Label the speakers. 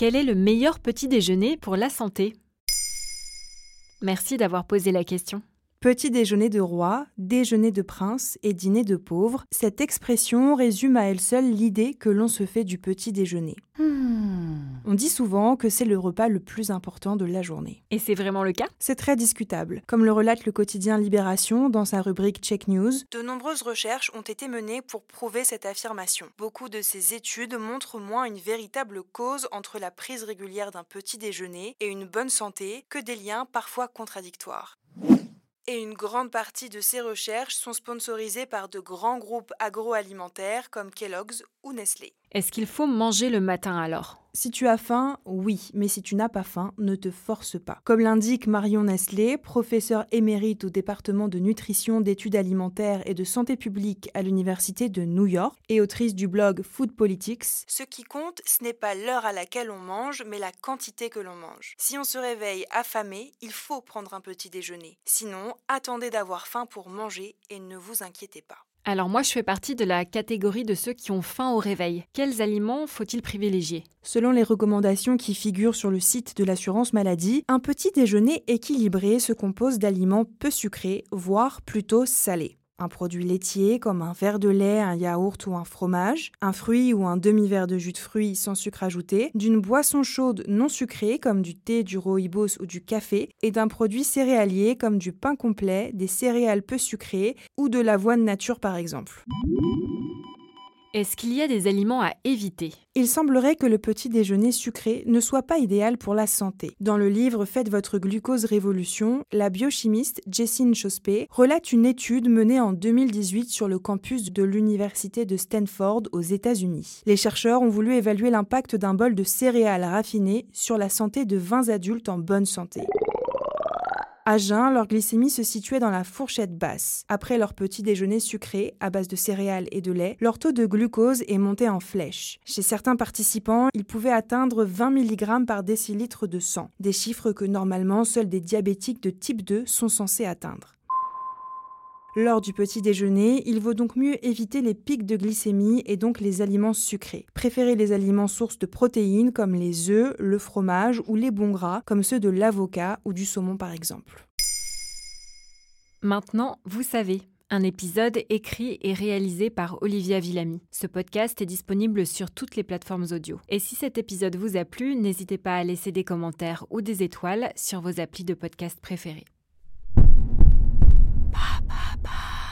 Speaker 1: Quel est le meilleur petit déjeuner pour la santé ? Merci d'avoir posé la question.
Speaker 2: Petit déjeuner de roi, déjeuner de prince et dîner de pauvre, cette expression résume à elle seule l'idée que l'on se fait du petit déjeuner. On dit souvent que c'est le repas le plus important de la journée.
Speaker 1: Et c'est vraiment le cas ?
Speaker 2: C'est très discutable. Comme le relate le quotidien Libération dans sa rubrique Check News, de nombreuses recherches ont été menées pour prouver cette affirmation. Beaucoup de ces études montrent moins une véritable cause entre la prise régulière d'un petit déjeuner et une bonne santé que des liens parfois contradictoires. Et une grande partie de ces recherches sont sponsorisées par de grands groupes agroalimentaires comme Kellogg's ou Nestlé.
Speaker 1: Est-ce qu'il faut manger le matin alors ?
Speaker 2: Si tu as faim, oui, mais si tu n'as pas faim, ne te force pas. Comme l'indique Marion Nestlé, professeure émérite au département de nutrition, d'études alimentaires et de santé publique à l'université de New York et autrice du blog Food Politics, ce qui compte, ce n'est pas l'heure à laquelle on mange, mais la quantité que l'on mange. Si on se réveille affamé, il faut prendre un petit déjeuner. Sinon, attendez d'avoir faim pour manger et ne vous inquiétez pas.
Speaker 1: Alors moi, je fais partie de la catégorie de ceux qui ont faim au réveil. Quels aliments faut-il privilégier ?
Speaker 2: Selon les recommandations qui figurent sur le site de l'assurance maladie, un petit déjeuner équilibré se compose d'aliments peu sucrés, voire plutôt salés. Un produit laitier comme un verre de lait, un yaourt ou un fromage, un fruit ou un demi-verre de jus de fruits sans sucre ajouté, d'une boisson chaude non sucrée comme du thé, du rooibos ou du café, et d'un produit céréalier comme du pain complet, des céréales peu sucrées ou de l'avoine nature par exemple.
Speaker 1: Est-ce qu'il y a des aliments à éviter ?
Speaker 2: Il semblerait que le petit déjeuner sucré ne soit pas idéal pour la santé. Dans le livre Faites votre glucose révolution, la biochimiste Jessine Chospé relate une étude menée en 2018 sur le campus de l'université de Stanford aux États-Unis. Les chercheurs ont voulu évaluer l'impact d'un bol de céréales raffinées sur la santé de 20 adultes en bonne santé. À jeun, leur glycémie se situait dans la fourchette basse. Après leur petit déjeuner sucré, à base de céréales et de lait, leur taux de glucose est monté en flèche. Chez certains participants, il pouvait atteindre 20 mg par décilitre de sang, des chiffres que normalement seuls des diabétiques de type 2 sont censés atteindre. Lors du petit déjeuner, il vaut donc mieux éviter les pics de glycémie et donc les aliments sucrés. Préférez les aliments sources de protéines comme les œufs, le fromage ou les bons gras comme ceux de l'avocat ou du saumon par exemple.
Speaker 1: Maintenant, vous savez, un épisode écrit et réalisé par Olivia Villamy. Ce podcast est disponible sur toutes les plateformes audio. Et si cet épisode vous a plu, n'hésitez pas à laisser des commentaires ou des étoiles sur vos applis de podcast préférés. Ba, ba, ba.